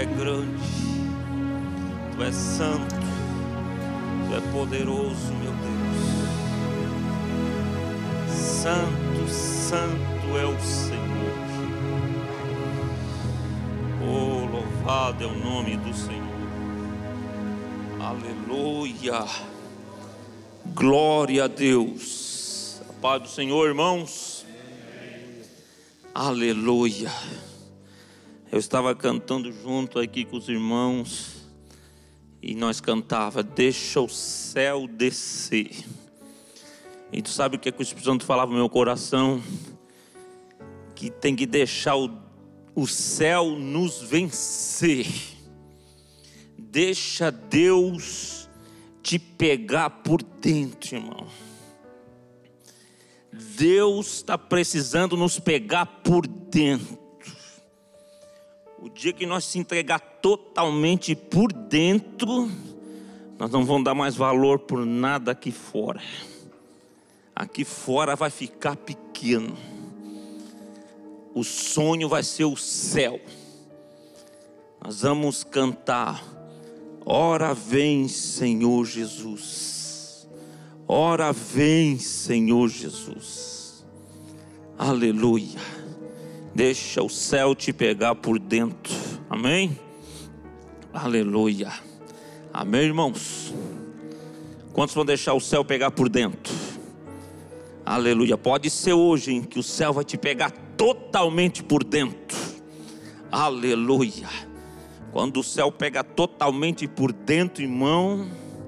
é grande, Tu és santo, Tu és poderoso, meu Deus. Santo, santo é o Senhor. Oh, louvado é o nome do Senhor. Aleluia. Glória a Deus. A paz do Senhor, irmãos. Aleluia. Eu estava cantando junto aqui com os irmãos e nós cantava: deixa o céu descer. E tu sabe o que é que o Espírito Santo falava no meu coração? Que tem que deixar o céu nos vencer. Deixa Deus te pegar por dentro, irmão. Deus está precisando nos pegar por dentro. O dia que nós se entregar totalmente por dentro, nós não vamos dar mais valor por nada aqui fora. Aqui fora vai ficar pequeno. O sonho vai ser o céu. Nós vamos cantar: ora vem, Senhor Jesus. Ora vem, Senhor Jesus. Aleluia. Deixa o céu te pegar por dentro. Amém? Aleluia. Amém, irmãos? Quantos vão deixar o céu pegar por dentro? Aleluia. Pode ser hoje em que o céu vai te pegar totalmente por dentro. Aleluia. Quando o céu pega totalmente por dentro, irmão,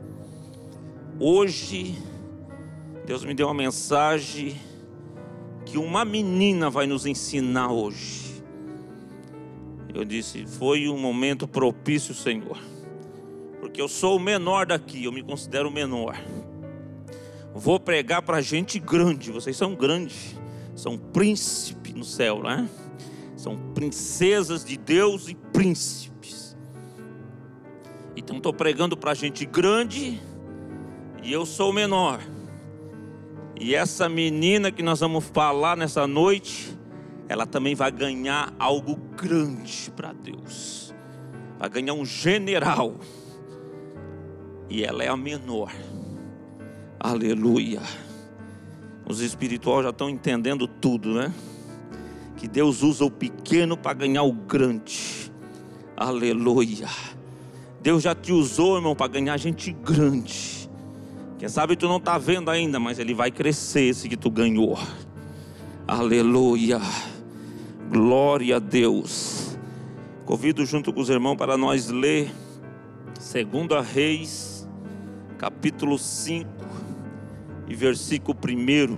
hoje Deus me deu uma mensagem que uma menina vai nos ensinar hoje. Eu disse: foi um momento propício, Senhor, porque eu sou o menor daqui, eu me considero o menor. Vou pregar para gente grande. Vocês são grandes, são príncipes no céu, né? São princesas de Deus e príncipes. Então estou pregando para gente grande e eu sou o menor. E essa menina que nós vamos falar nessa noite, ela também vai ganhar algo grande para Deus. Vai ganhar um general. E ela é a menor. Aleluia. Os espirituais já estão entendendo tudo, né? Que Deus usa o pequeno para ganhar o grande. Aleluia. Deus já te usou, irmão, para ganhar gente grande. Quem sabe tu não está vendo ainda, mas ele vai crescer esse que tu ganhou. Aleluia. Glória a Deus. Convido junto com os irmãos para nós ler 2 Reis, capítulo 5 e versículo 1.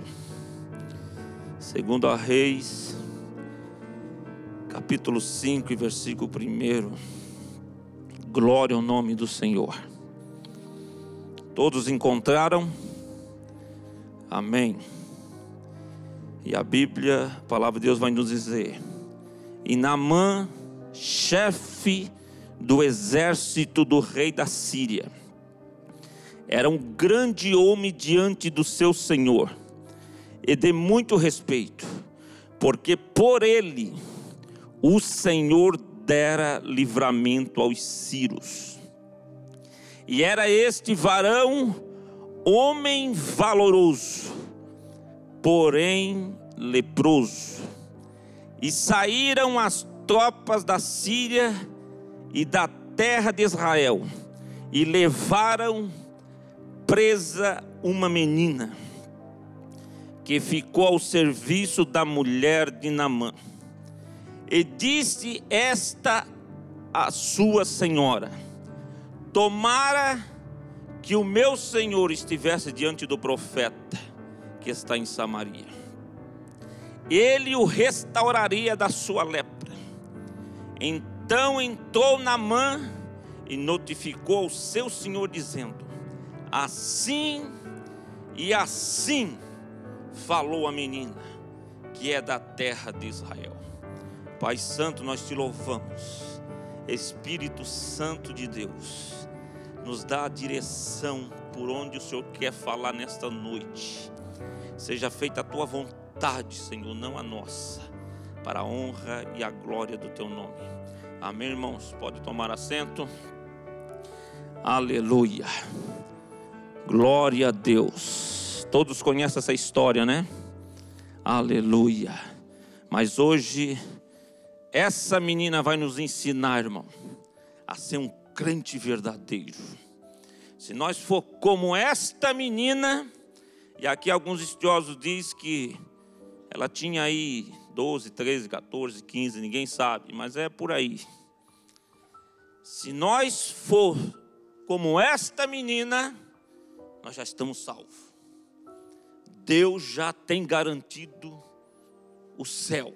2 Reis, capítulo 5 e versículo 1. Glória ao nome do Senhor. Todos encontraram? Amém. E a Bíblia, a palavra de Deus vai nos dizer: e Naamã, chefe do exército do rei da Síria, era um grande homem diante do seu senhor, e de muito respeito, porque por ele o Senhor dera livramento aos sírios. E era este varão homem valoroso, porém leproso. E saíram as tropas da Síria e da terra de Israel, e levaram presa uma menina, que ficou ao serviço da mulher de Naamã. E disse esta a sua senhora: tomara que o meu senhor estivesse diante do profeta que está em Samaria, ele o restauraria da sua lepra. Então entrou Naamã e notificou ao seu senhor, dizendo: assim e assim falou a menina, que é da terra de Israel. Pai Santo, nós te louvamos. Espírito Santo de Deus, nos dá a direção por onde o Senhor quer falar nesta noite. Seja feita a tua vontade, Senhor, não a nossa, para a honra e a glória do teu nome. Amém, irmãos? Pode tomar assento. Aleluia. Glória a Deus. Todos conhecem essa história, né? Aleluia. Mas hoje, essa menina vai nos ensinar, irmão, a ser um crente verdadeiro. Se nós for como esta menina, e aqui alguns estudiosos dizem que ela tinha aí 12, 13, 14, 15, ninguém sabe, mas é por aí. Se nós for como esta menina, nós já estamos salvos. Deus já tem garantido o céu.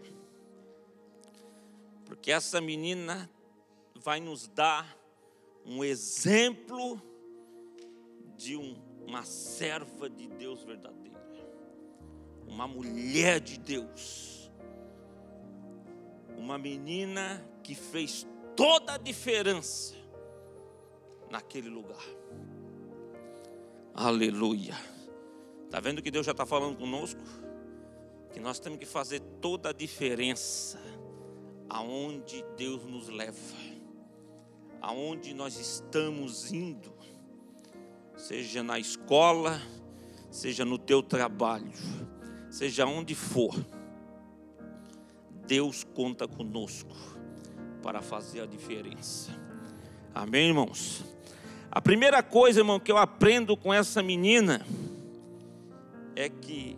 Porque essa menina vai nos dar um exemplo de uma serva de Deus verdadeira. Uma mulher de Deus. Uma menina que fez toda a diferença naquele lugar. Aleluia. Está vendo que Deus já está falando conosco? Que nós temos que fazer toda a diferença aonde Deus nos leva, aonde nós estamos indo, seja na escola, seja no teu trabalho, seja onde for. Deus conta conosco para fazer a diferença. Amém, irmãos? A primeira coisa, irmão, que eu aprendo com essa menina é que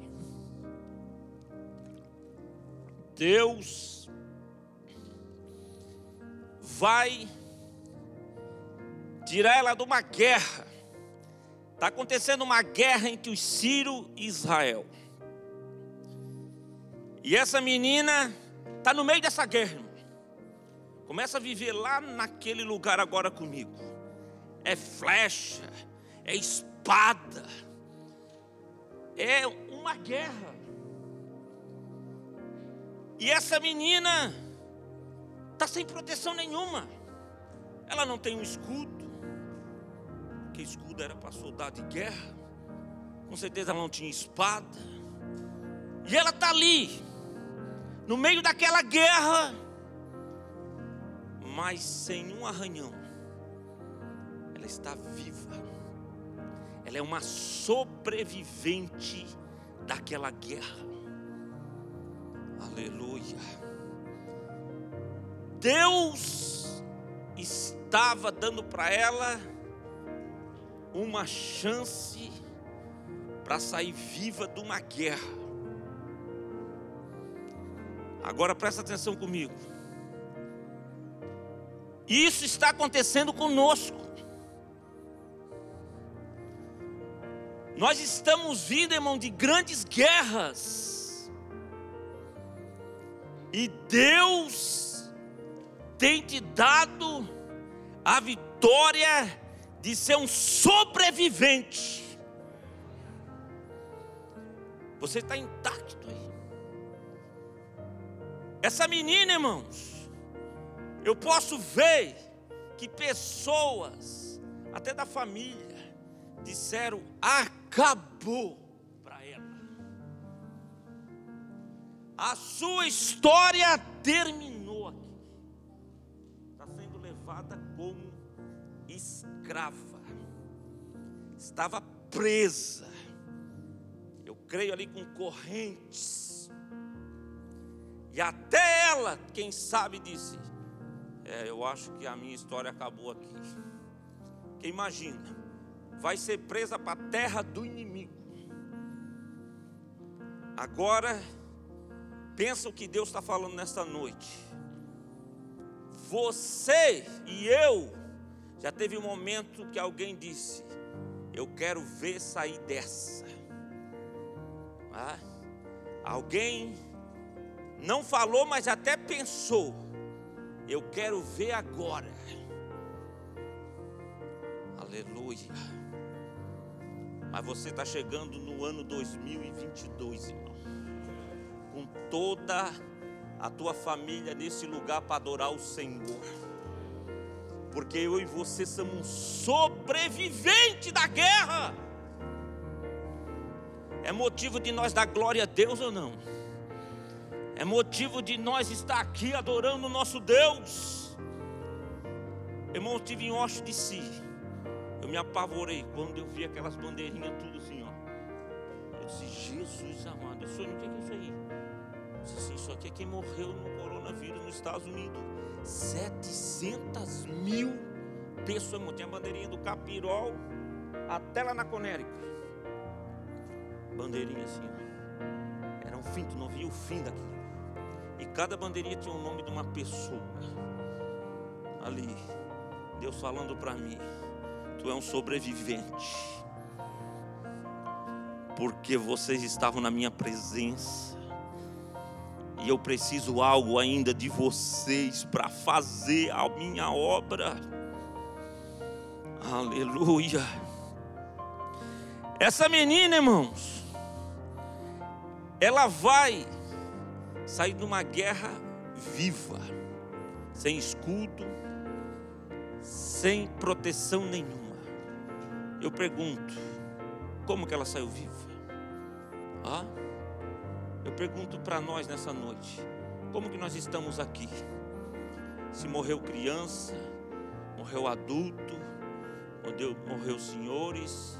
Deus vai tirar ela de uma guerra. Está acontecendo uma guerra entre os sírios e Israel. E essa menina está no meio dessa guerra, irmão. Começa a viver lá naquele lugar agora comigo. É flecha, é espada, é uma guerra. E essa menina está sem proteção nenhuma. Ela não tem um escudo, porque escudo era para soldado de guerra. Com certeza ela não tinha espada. E ela está ali, no meio daquela guerra, mas sem um arranhão. Ela está viva. Ela é uma sobrevivente daquela guerra. Aleluia. Deus estava dando para ela uma chance para sair viva de uma guerra. Agora presta atenção comigo. Isso está acontecendo conosco. Nós estamos vindo, irmão, de grandes guerras. E Deus tem te dado a vitória de ser um sobrevivente. Você está intacto aí. Essa menina, irmãos, eu posso ver que pessoas, até da família, disseram: acabou para ela. A sua história terminou aqui. Está sendo levada como escrava. Estava presa. Eu creio ali com correntes. E até ela, quem sabe, disse: eu acho que a minha história acabou aqui. Porque imagina, vai ser presa para a terra do inimigo. Agora, pensa o que Deus está falando nesta noite. Você e eu, já teve um momento que alguém disse: eu quero ver sair dessa. Alguém não falou, mas até pensou: eu quero ver agora. Aleluia. Mas você está chegando no ano 2022, irmão, com toda a tua família nesse lugar para adorar o Senhor. Porque eu e você somos um sobrevivente da guerra. É motivo de nós dar glória a Deus ou não? É motivo de nós estar aqui adorando o nosso Deus. Irmão, eu estive em Washington DC. Eu me apavorei quando eu vi aquelas bandeirinhas tudo assim, ó. Eu disse, Jesus amado, eu disse, o que é isso aí? Eu disse assim, isso aqui é quem morreu no coronavírus nos Estados Unidos. 700 mil pessoas, irmão. Tinha a bandeirinha do Capirol até lá na Conérica. Bandeirinha assim, ó. Era um fim, tu não via o fim daquilo. E cada bandeirinha tinha o nome de uma pessoa. Ali, Deus falando para mim, tu é um sobrevivente, porque vocês estavam na minha presença, e eu preciso algo ainda de vocês para fazer a minha obra. Aleluia. Essa menina, irmãos, ela vai sair de uma guerra viva, sem escudo, sem proteção nenhuma. Eu pergunto, como que ela saiu viva? Eu pergunto para nós nessa noite, como que nós estamos aqui? Se morreu criança, morreu adulto, morreu senhores,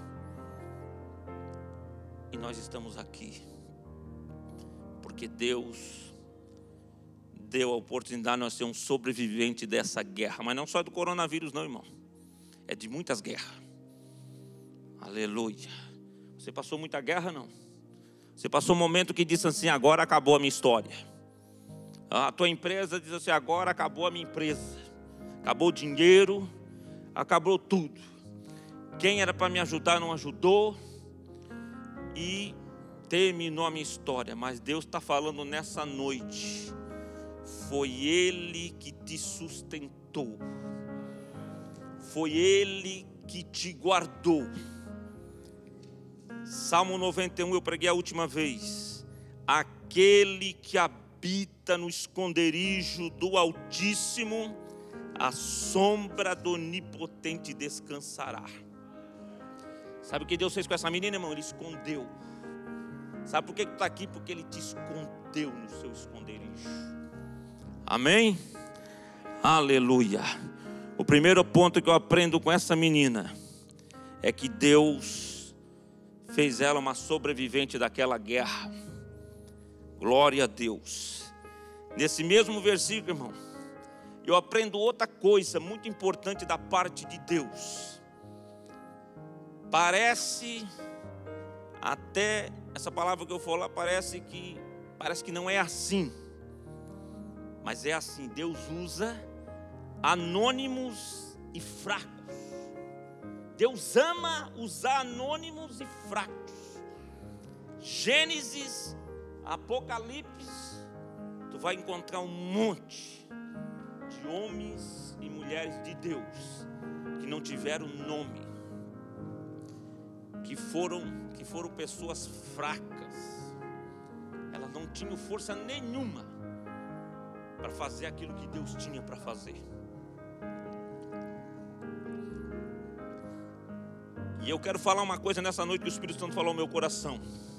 e nós estamos aqui porque Deus deu a oportunidade de nós ser um sobrevivente dessa guerra. Mas não só do coronavírus não, irmão. É de muitas guerras. Aleluia. Você passou muita guerra, não? Você passou um momento que disse assim, agora acabou a minha história. A tua empresa diz assim, agora acabou a minha empresa. Acabou o dinheiro, acabou tudo. Quem era para me ajudar não ajudou. E terminou a minha história. Mas Deus está falando nessa noite. Foi Ele que te sustentou. Foi Ele que te guardou. Salmo 91 eu preguei a última vez. Aquele que habita no esconderijo do Altíssimo, a sombra do Onipotente descansará. Sabe o que Deus fez com essa menina, irmão? Ele escondeu. Sabe por que tu está aqui? Porque Ele te escondeu no seu esconderijo. Amém? Aleluia. O primeiro ponto que eu aprendo com essa menina é que Deus fez ela uma sobrevivente daquela guerra. Glória a Deus. Nesse mesmo versículo, irmão, eu aprendo outra coisa muito importante da parte de Deus. Parece, até essa palavra que eu vou falar, parece que não é assim. Mas é assim, Deus usa anônimos e fracos. Deus ama usar anônimos e fracos. Gênesis, Apocalipse, tu vai encontrar um monte de homens e mulheres de Deus que não tiveram nome, que foram pessoas fracas. Elas não tinham força nenhuma para fazer aquilo que Deus tinha para fazer. E eu quero falar uma coisa nessa noite que o Espírito Santo falou ao meu coração.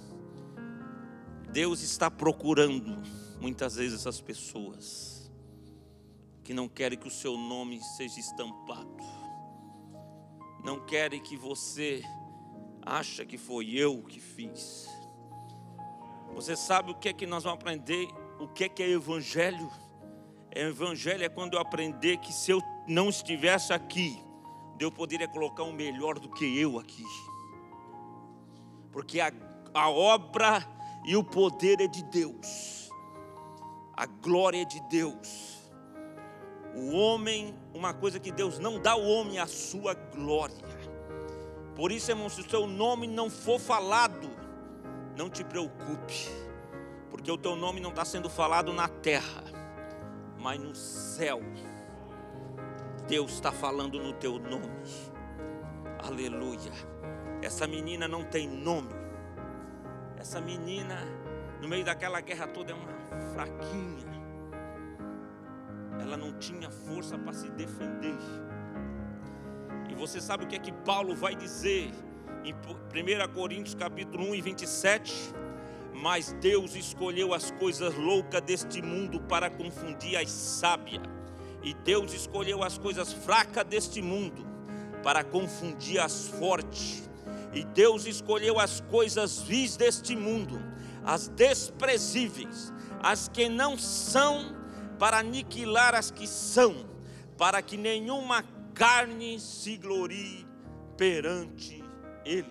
Deus está procurando muitas vezes essas pessoas que não querem que o seu nome seja estampado, não querem que você ache que foi eu que fiz. Você sabe o que é que nós vamos aprender? O que é evangelho? Evangelho é quando eu aprender que se eu não estivesse aqui, Deus poderia colocar um melhor do que eu aqui. Porque a obra e o poder é de Deus. A glória é de Deus. O homem, uma coisa que Deus não dá ao homem, a sua glória. Por isso, irmão, se o seu nome não for falado, não te preocupe. Porque o teu nome não está sendo falado na terra, mas no céu. Deus está falando no teu nome. Aleluia. Essa menina não tem nome. Essa menina, no meio daquela guerra toda, é uma fraquinha. Ela não tinha força para se defender. E você sabe o que é que Paulo vai dizer em 1 Coríntios capítulo 1 e 27? Mas Deus escolheu as coisas loucas deste mundo para confundir as sábias, E Deus escolheu as coisas fracas deste mundo para confundir as fortes. E Deus escolheu as coisas vis deste mundo, as desprezíveis, as que não são, para aniquilar as que são, para que nenhuma carne se glorie perante Ele.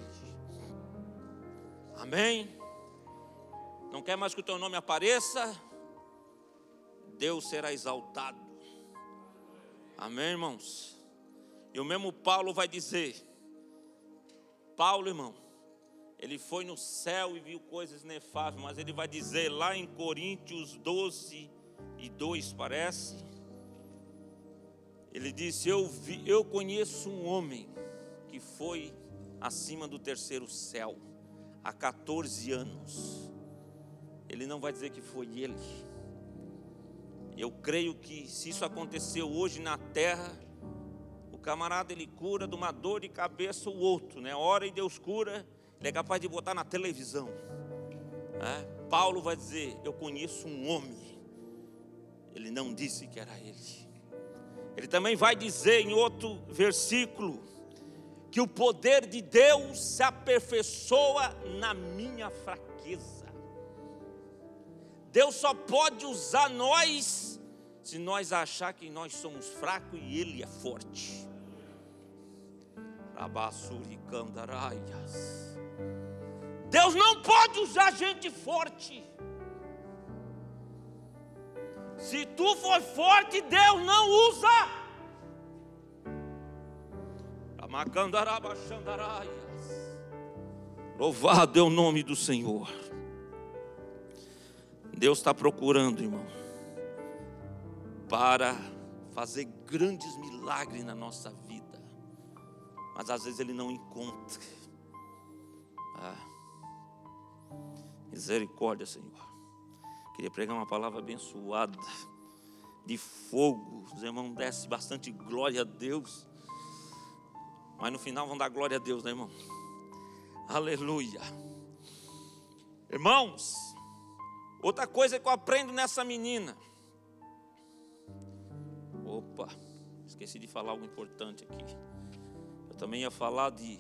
Amém? Não quer mais que o teu nome apareça? Deus será exaltado. Amém, irmãos? E o mesmo Paulo vai dizer, Paulo, irmão, ele foi no céu e viu coisas inefáveis, mas ele vai dizer lá em Coríntios 12:2, parece, ele disse, eu conheço um homem que foi acima do terceiro céu há 14 anos. Ele não vai dizer que foi ele. Eu creio que se isso aconteceu hoje na terra, o camarada ele cura de uma dor de cabeça o outro, né? Ora e Deus cura, ele é capaz de botar na televisão. Paulo vai dizer, eu conheço um homem. Ele não disse que era ele. Ele também vai dizer em outro versículo, que o poder de Deus se aperfeiçoa na minha fraqueza. Deus só pode usar nós se nós achar que nós somos fracos e Ele é forte. Deus não pode usar gente forte. Se tu for forte, Deus não usa. Louvado é o nome do Senhor. Deus está procurando, irmão, para fazer grandes milagres na nossa vida, mas às vezes Ele não encontra. Misericórdia, Senhor. Queria pregar uma palavra abençoada, de fogo. Os irmãos descem bastante glória a Deus, mas no final vão dar glória a Deus, né, irmão? Aleluia. Irmãos, outra coisa que eu aprendo nessa menina. Opa, esqueci de falar algo importante aqui. Eu também ia falar de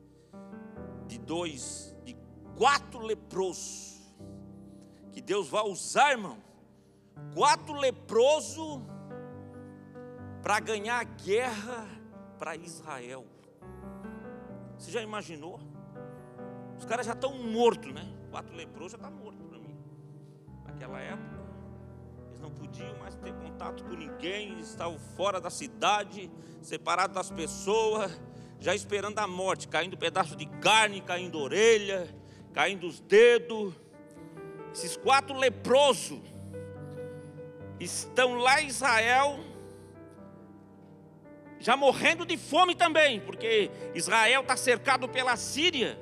4 leprosos que Deus vai usar, irmão. 4 leprosos para ganhar a guerra para Israel. Você já imaginou? Os caras já estão mortos, né? 4 leprosos já estão mortos para mim. Naquela época, eles não podiam mais ter contato com ninguém, eles estavam fora da cidade, separados das pessoas, já esperando a morte, caindo pedaço de carne, caindo orelha, caindo os dedos. Esses 4 leprosos estão lá em Israel, já morrendo de fome também, porque Israel está cercado pela Síria.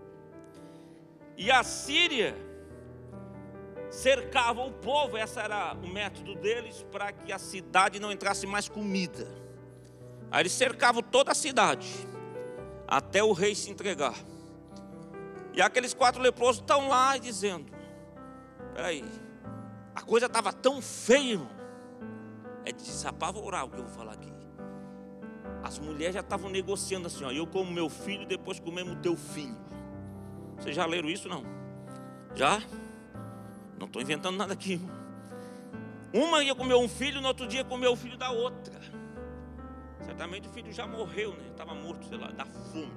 E a Síria cercava o povo, esse era o método deles, para que a cidade não entrasse mais comida. Aí eles cercavam toda a cidade, até o rei se entregar. E aqueles 4 leprosos estão lá dizendo, peraí, a coisa estava tão feia, irmão, é de se apavorar o que eu vou falar aqui. As mulheres já estavam negociando assim, ó, eu como meu filho, depois comemos teu filho. Vocês já leram isso, não? Já? Não estou inventando nada aqui, irmão. Uma ia comer um filho, no outro dia comeu o filho da outra. Certamente o filho já morreu, né? Estava morto, sei lá, da fome.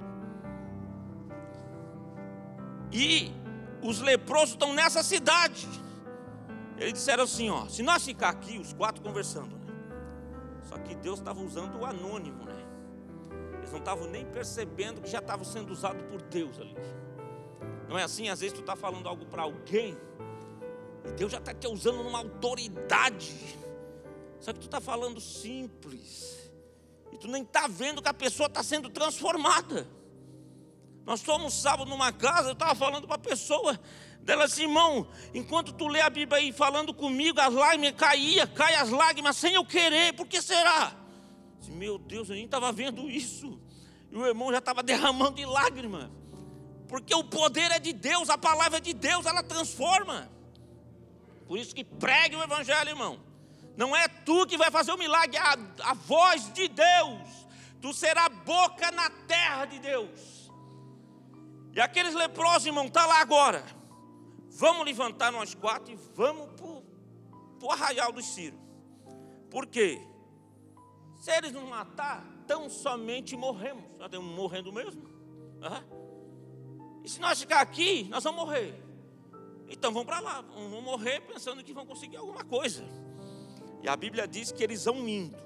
E os leprosos estão nessa cidade. Eles disseram assim, ó, se nós ficar aqui, os 4 conversando, né? Só que Deus estava usando o anônimo, né? Eles não estavam nem percebendo que já estavam sendo usados por Deus ali. Não é assim? Às vezes tu está falando algo para alguém e Deus já está te usando numa autoridade. Só que tu está falando simples e tu nem está vendo que a pessoa está sendo transformada. Nós fomos sábado numa casa, eu estava falando para a pessoa dela assim, irmão, enquanto tu lê a Bíblia aí falando comigo, as lágrimas caem as lágrimas sem eu querer, por que será? Meu Deus, eu nem estava vendo isso. E o irmão já estava derramando de lágrimas. Porque o poder é de Deus, a palavra é de Deus, ela transforma. Por isso que pregue o evangelho, irmão. Não é tu que vai fazer o milagre, é a voz de Deus. Tu será boca na terra de Deus. E aqueles leprosos, irmão, está lá agora. Vamos levantar nós 4 e vamos para o arraial dos Círios. Por quê? Se eles nos matar, tão somente morremos. Nós estamos morrendo mesmo. E se nós ficar aqui, nós vamos morrer. Então vamos para lá. Vamos morrer pensando que vão conseguir alguma coisa. E a Bíblia diz que eles vão indo.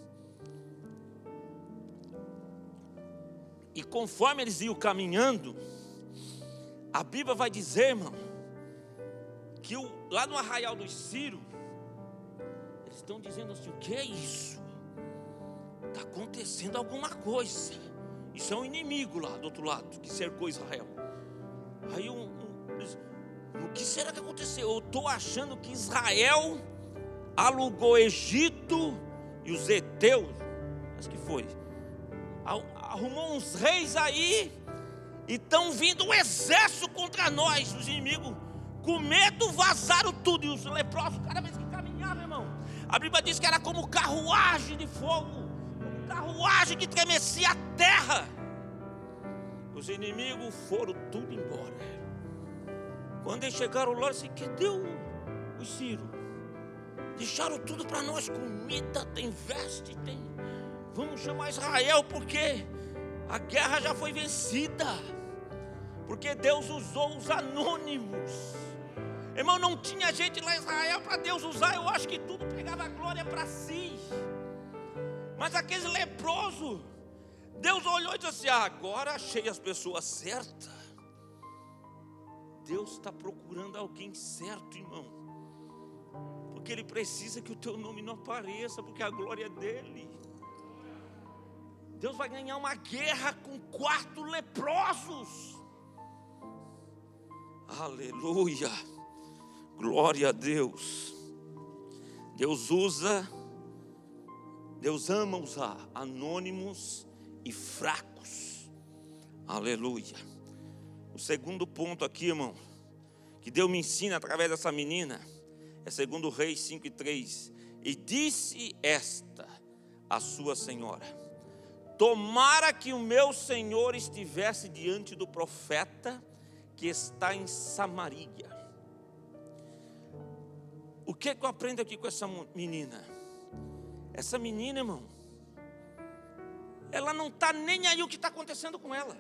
E conforme eles iam caminhando, a Bíblia vai dizer, irmão, que lá no arraial dos Círios, eles estão dizendo assim: o que é isso? Está acontecendo alguma coisa. Isso é um inimigo lá do outro lado, que cercou Israel. Aí o que será que aconteceu? Eu estou achando que Israel alugou o Egito e os heteus, acho que foi, arrumou uns reis aí, e estão vindo um exército contra nós. Os inimigos, com medo, vazaram tudo. E os leprosos, cada vez que caminhavam, irmão, a Bíblia diz que era como carruagem de fogo, como carruagem que estremecia a terra. Os inimigos foram tudo embora. Quando eles chegaram lá, disse: que deu os Círios? Deixaram tudo para nós, comida, tem veste, tem. Vamos chamar Israel, porque a guerra já foi vencida. Porque Deus usou os anônimos. Irmão, não tinha gente lá em Israel para Deus usar. Eu acho que tudo pegava a glória para si. Mas aqueles leprosos, Deus olhou e disse assim: agora achei as pessoas certas. Deus está procurando alguém certo, irmão. Porque Ele precisa que o teu nome não apareça, porque a glória é dEle. Deus vai ganhar uma guerra com 4 leprosos. Aleluia. Glória a Deus. Deus ama usar anônimos e fracos. Aleluia. O segundo ponto aqui, irmão, que Deus me ensina através dessa menina, é 2 Reis 5:3. E disse esta a sua senhora: tomara que o meu senhor estivesse diante do profeta que está em Samaria. O que eu aprendo aqui com essa menina? Essa menina, irmão, ela não está nem aí o que está acontecendo com ela.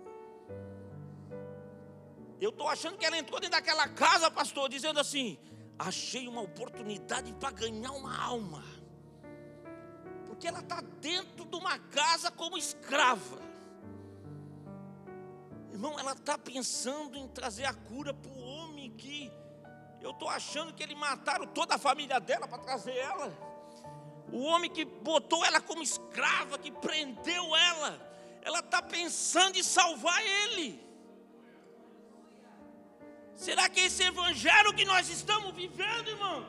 Eu estou achando que ela entrou dentro daquela casa, pastor, dizendo assim: achei uma oportunidade para ganhar uma alma. Porque ela está dentro de uma casa como escrava. Irmão, ela está pensando em trazer a cura para o homem que... eu estou achando que eles mataram toda a família dela para trazer ela. O homem que botou ela como escrava, que prendeu ela. Ela está pensando em salvar ele. Será que esse evangelho que nós estamos vivendo, irmãos?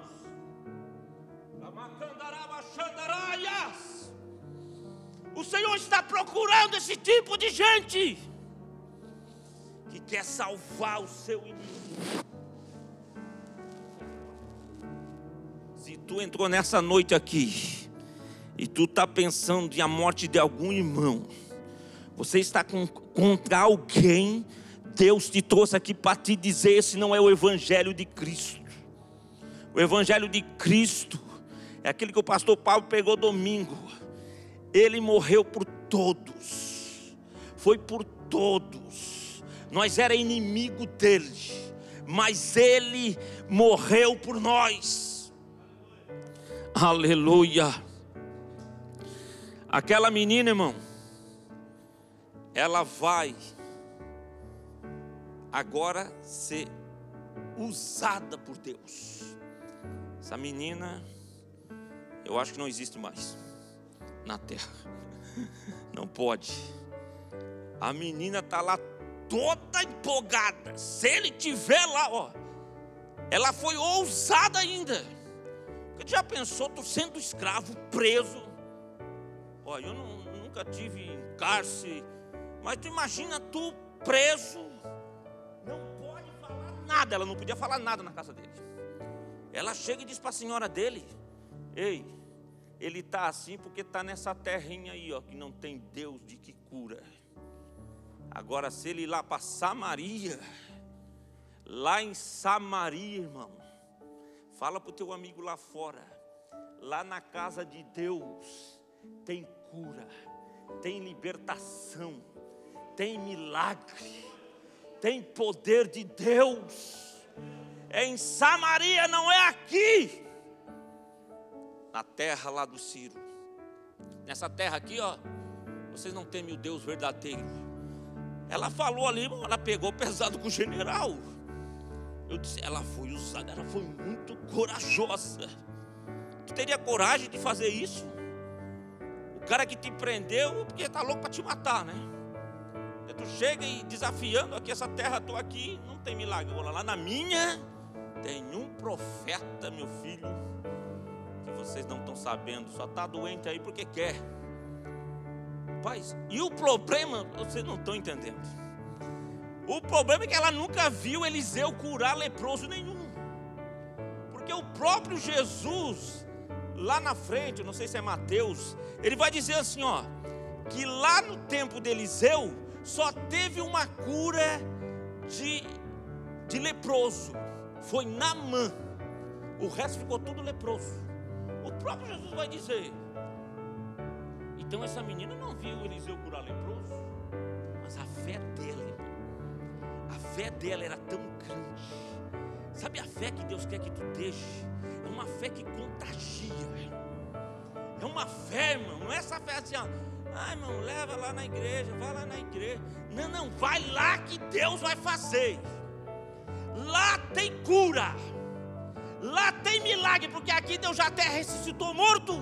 O Senhor está procurando esse tipo de gente que quer salvar o seu inimigo. Se tu entrou nessa noite aqui e tu está pensando em a morte de algum irmão, você está contra alguém. Deus te trouxe aqui para te dizer: esse não é o evangelho de Cristo. O evangelho de Cristo é aquele que o pastor Paulo pegou domingo. Ele morreu por todos, foi por todos. Nós era inimigo dele, mas ele morreu por nós. Aleluia. Aquela menina, irmão, ela vai agora ser usada por Deus. Essa menina, eu acho que não existe mais na terra. Não pode. A menina está lá toda empolgada. Se ele tiver lá, ó, ela foi ousada ainda. Porque tu já pensou, tu sendo escravo, preso? Ó, eu nunca tive em cárcere, mas tu imagina tu preso. Não pode falar nada. Ela não podia falar nada na casa dele. Ela chega e diz para a senhora dele: Ei, ele está assim porque está nessa terrinha aí, ó, que não tem Deus de que cura. Agora, se ele ir lá para Samaria, lá em Samaria, irmão, fala para o teu amigo lá fora, lá na casa de Deus, tem cura, tem libertação, tem milagre, tem poder de Deus. É em Samaria, não é aqui. Na terra lá do Ciro. Nessa terra aqui, ó, vocês não temem o Deus verdadeiro. Ela falou ali, ela pegou pesado com o general. Eu disse, ela foi usada, ela foi muito corajosa. Tu teria coragem de fazer isso? O cara que te prendeu, porque está louco para te matar, né? Tu chega e desafiando aqui essa terra, estou aqui, não tem milagre. Agora lá na minha, tem um profeta, meu filho, que vocês não estão sabendo, só está doente aí porque quer. Paz, e o problema, vocês não estão entendendo. O problema é que ela nunca viu Eliseu curar leproso nenhum. Porque o próprio Jesus, lá na frente, não sei se é Mateus, ele vai dizer assim, ó, que lá no tempo de Eliseu, só teve uma cura de leproso. Foi Naamã. O resto ficou tudo leproso. O próprio Jesus vai dizer. Então essa menina não viu Eliseu curar leproso. Mas a fé dela, irmão, a fé dela era tão grande. Sabe a fé que Deus quer que tu deixe? É uma fé que contagia. É uma fé, irmão. Não é essa fé assim, ó. Ah, irmão, leva lá na igreja, vai lá na igreja. Não, não, vai lá que Deus vai fazer. Lá tem cura. Lá tem milagre, porque aqui Deus já até ressuscitou morto.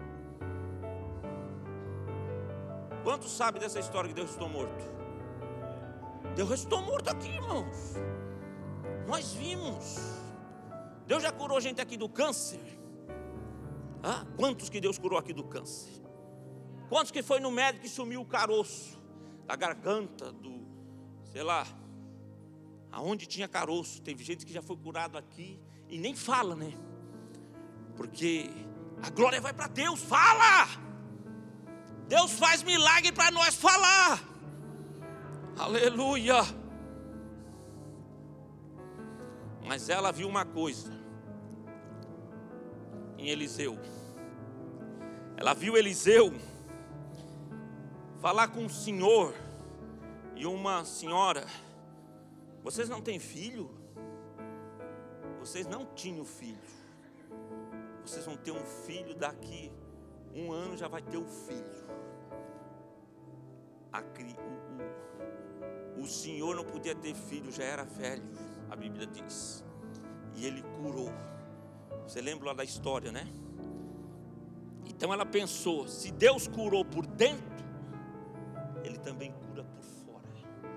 Quantos sabem dessa história que Deus ressuscitou morto? Deus ressuscitou morto aqui, irmãos. Nós vimos. Deus já curou gente aqui do câncer. Ah, quantos que Deus curou aqui do câncer? Quantos que foi no médico e sumiu o caroço da garganta, do, sei lá, aonde tinha caroço? Teve gente que já foi curado aqui e nem fala, né? Porque a glória vai para Deus, fala! Deus faz milagre para nós falar. Aleluia! Mas ela viu uma coisa em Eliseu. Ela viu Eliseu falar com um senhor e uma senhora. Vocês não têm filho? Vocês não tinham filho. Vocês vão ter um filho daqui 1 ano, já vai ter o filho. O senhor não podia ter filho, já era velho, a Bíblia diz. E ele curou. Você lembra lá da história, né? Então ela pensou, se Deus curou por dentro, Ele também cura por fora.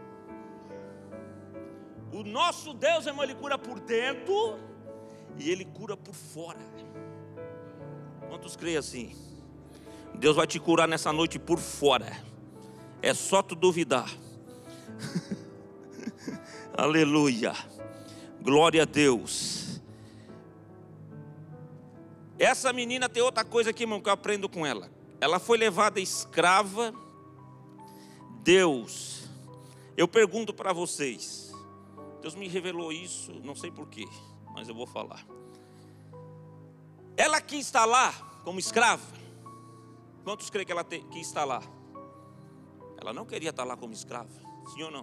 O nosso Deus, irmão, Ele cura por dentro e Ele cura por fora. Quantos creem assim? Deus vai te curar nessa noite por fora. É só tu duvidar. Aleluia. Glória a Deus. Essa menina tem outra coisa aqui, irmão, que eu aprendo com ela. Ela foi levada escrava. Deus, eu pergunto para vocês. Deus me revelou isso, não sei porquê, mas eu vou falar. Ela quis estar lá como escrava. Quantos creem que ela quis estar lá? Ela não queria estar lá como escrava, sim ou não?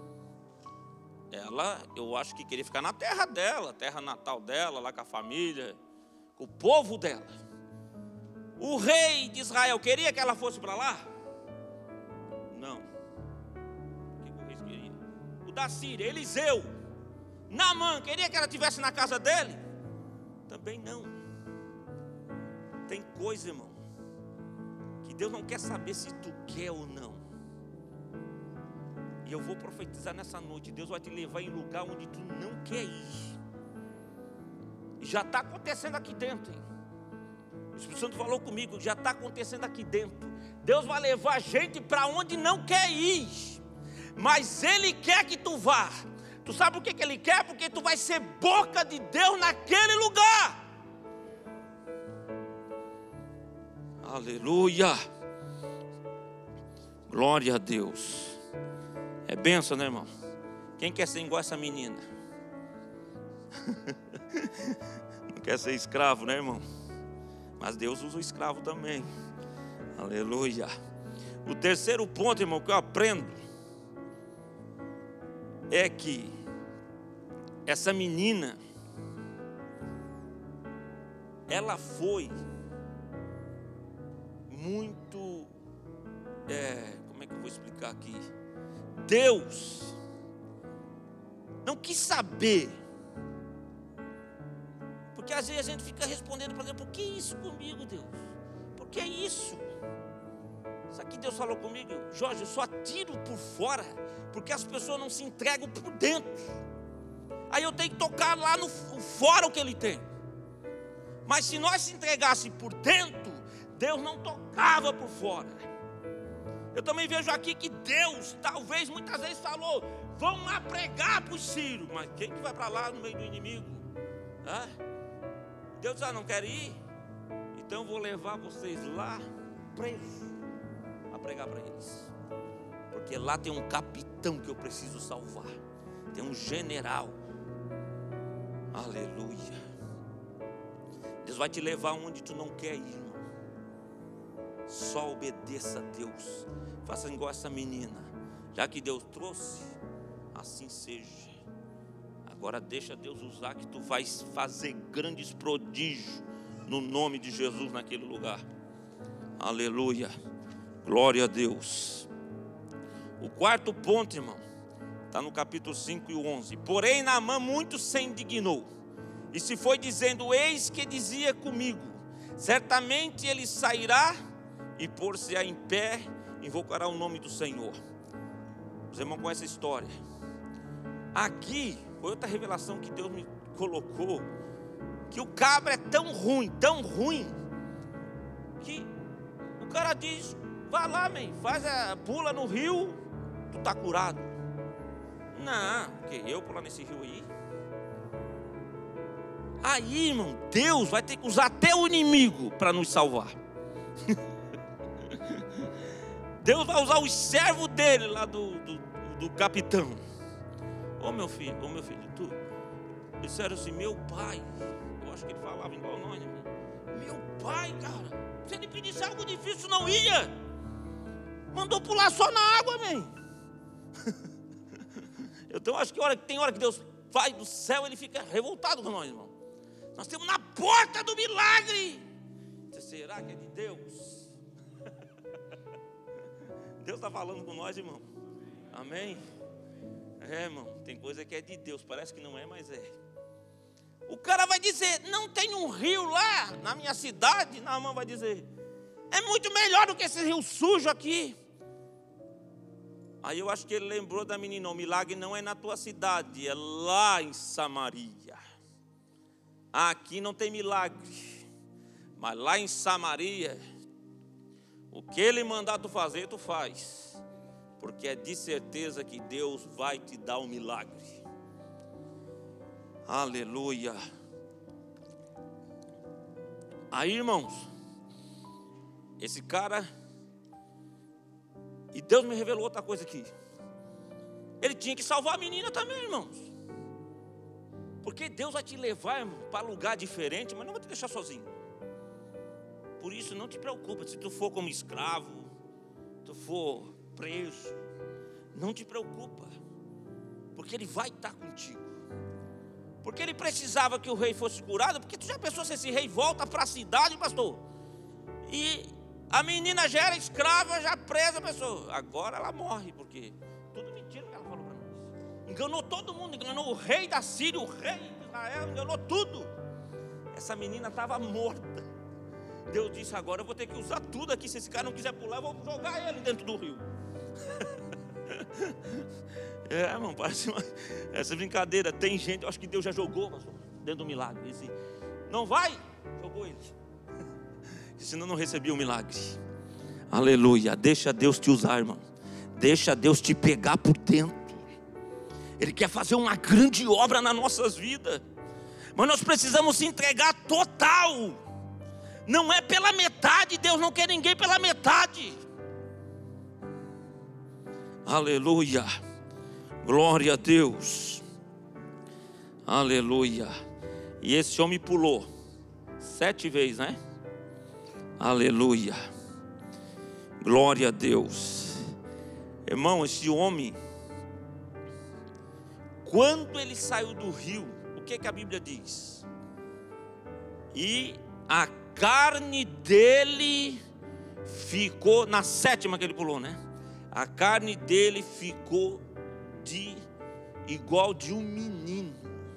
Ela, eu acho que queria ficar na terra dela, terra natal dela, lá com a família, com o povo dela. O rei de Israel queria que ela fosse para lá? Não. O que o rei queria? O da Síria, Eliseu, Naamã, queria que ela estivesse na casa dele? Também não. Tem coisa, irmão, que Deus não quer saber se tu quer ou não. E eu vou profetizar nessa noite, Deus vai te levar em lugar onde tu não quer ir. E já está acontecendo aqui dentro, hein? O Espírito Santo falou comigo, já está acontecendo aqui dentro. Deus vai levar gente para onde não quer ir, mas Ele quer que tu vá. Tu sabe por que Ele quer? Porque tu vai ser boca de Deus naquele lugar. Aleluia. Glória a Deus. É bênção, né, irmão? Quem quer ser igual essa menina? Não quer ser escravo, né, irmão? Mas Deus usa o escravo também. Aleluia. O terceiro ponto, irmão, que eu aprendo é que essa menina, ela foi muito, como é que eu vou explicar aqui? Deus não quis saber, porque às vezes a gente fica respondendo para Deus: por que isso comigo, Deus? Por que isso? Sabe que Deus falou comigo? Jorge, eu só atiro por fora porque as pessoas não se entregam por dentro. Aí eu tenho que tocar lá no fora o que Ele tem. Mas se nós se entregássemos por dentro, Deus não tocava por fora. Eu também vejo aqui que Deus, talvez, muitas vezes falou: vão lá pregar para os sírios. Mas quem que vai para lá no meio do inimigo? Deus já não quer ir? Então eu vou levar vocês lá presos a pregar para eles. Porque lá tem um capitão que eu preciso salvar. Tem um general. Aleluia. Deus vai te levar onde tu não quer ir, irmão. Só obedeça a Deus. Faça igual essa menina. Já que Deus trouxe, assim seja. Agora deixa Deus usar, que tu vais fazer grandes prodígios no nome de Jesus naquele lugar. Aleluia. Glória a Deus. O quarto ponto, irmão, está no capítulo 5 e 11. Porém Naamã muito se indignou e se foi dizendo: eis que dizia comigo, certamente ele sairá e pôr-se-á em pé, invocará o nome do Senhor. Os irmãos conhecem essa história. Aqui foi outra revelação que Deus me colocou, que o cabra é tão ruim, que o cara diz: vai lá, man, pula no rio, tu está curado. Não, porque eu pular nesse rio aí? Aí, irmão, Deus vai ter que usar até o inimigo para nos salvar. Deus vai usar os servos dele lá do capitão. Ô meu filho, tu disseram assim: meu pai, eu acho que ele falava igual nós, né? Meu pai, cara, se ele pedisse algo difícil não ia. Mandou pular só na água, man. Então acho que tem hora que Deus vai do céu, ele fica revoltado com nós, irmão. Nós estamos na porta do milagre. Será que é de Deus? Deus está falando com nós, irmão. Amém? Irmão, tem coisa que é de Deus, parece que não é, mas é. O cara vai dizer: não tem um rio lá na minha cidade. Naamã vai dizer: é muito melhor do que esse rio sujo aqui. Aí eu acho que ele lembrou da menina: o milagre não é na tua cidade, é lá em Samaria. Aqui não tem milagre, mas lá em Samaria, o que ele mandar tu fazer, tu faz, porque é de certeza que Deus vai te dar um milagre. Aleluia. Aí, irmãos, esse cara, e Deus me revelou outra coisa aqui. Ele tinha que salvar a menina também, irmãos. Porque Deus vai te levar, irmão, para lugar diferente, mas não vai te deixar sozinho. Por isso não te preocupa. Se tu for como escravo, tu for preso, não te preocupa, porque Ele vai estar contigo. Porque Ele precisava que o rei fosse curado. Porque tu já pensou se esse rei volta para a cidade, pastor? E a menina já era escrava, já presa, pessoa. Agora ela morre, porque tudo mentira que ela falou para nós. Enganou todo mundo, enganou o rei da Síria, o rei de Israel, enganou tudo. Essa menina estava morta. Deus disse: agora eu vou ter que usar tudo aqui. Se esse cara não quiser pular, eu vou jogar ele dentro do rio. Irmão, parece essa brincadeira. Tem gente, eu acho que Deus já jogou, pastor, dentro do milagre. Disse: não vai, jogou ele. Senão não recebia o milagre. Aleluia. Deixa Deus te usar, irmão. Deixa Deus te pegar por dentro. Ele quer fazer uma grande obra nas nossas vidas, mas nós precisamos se entregar total. Não é pela metade, Deus não quer ninguém pela metade. Aleluia, glória a Deus, aleluia. E esse homem pulou 7 vezes, né? Aleluia, glória a Deus. Irmão, esse homem, quando ele saiu do rio, o que a Bíblia diz? E a carne dele ficou, na 7ª que ele pulou, né? A carne dele ficou igual de um menino.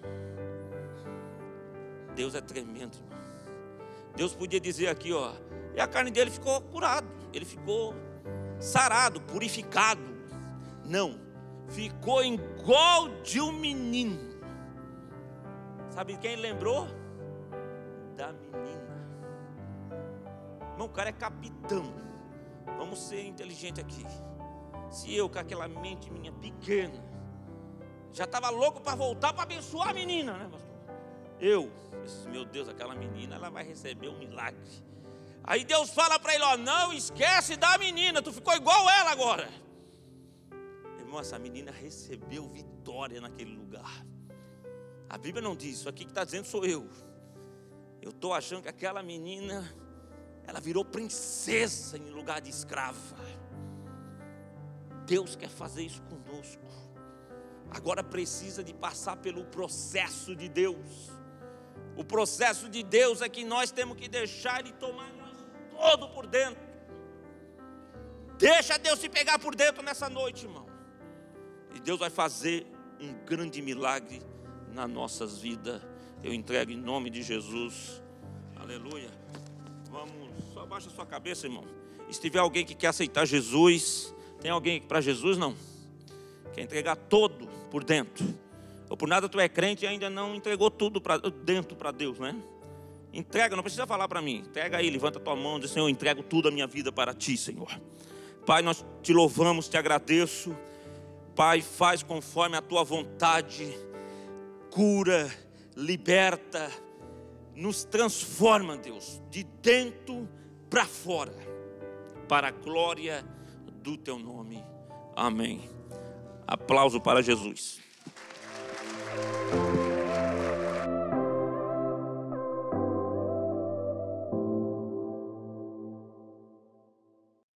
Deus é tremendo, irmão. Deus podia dizer aqui, ó, e a carne dele ficou curado, ele ficou sarado, purificado. Não, ficou igual de um menino. Sabe quem lembrou? Da menina. Irmão, o cara é capitão. Vamos ser inteligentes aqui. Se eu, com aquela mente minha pequena, já estava louco para voltar para abençoar a menina, né, pastor? Meu Deus, aquela menina, ela vai receber um milagre. Aí Deus fala para ele, ó, não esquece da menina, tu ficou igual ela agora. Irmão, essa menina recebeu vitória naquele lugar. A Bíblia não diz, isso aqui que está dizendo sou eu. Eu estou achando que aquela menina, ela virou princesa em lugar de escrava. Deus quer fazer isso conosco. Agora precisa de passar pelo processo de Deus. O processo de Deus é que nós temos que deixar Ele tomar nós todo por dentro. Deixa Deus se pegar por dentro nessa noite, irmão. E Deus vai fazer um grande milagre nas nossas vidas. Eu entrego em nome de Jesus. Aleluia. Vamos, só abaixa a sua cabeça, irmão. E se tiver alguém que quer aceitar Jesus, tem alguém para Jesus? Não. Quer entregar todo por dentro. Ou por nada tu é crente e ainda não entregou tudo dentro para Deus, né? Entrega, não precisa falar para mim. Entrega aí, levanta a tua mão e diz, Senhor, eu entrego tudo a minha vida para ti, Senhor. Pai, nós te louvamos, te agradeço. Pai, faz conforme a tua vontade. Cura, liberta, nos transforma, Deus, de dentro para fora, para a glória do teu nome. Amém. Aplauso para Jesus.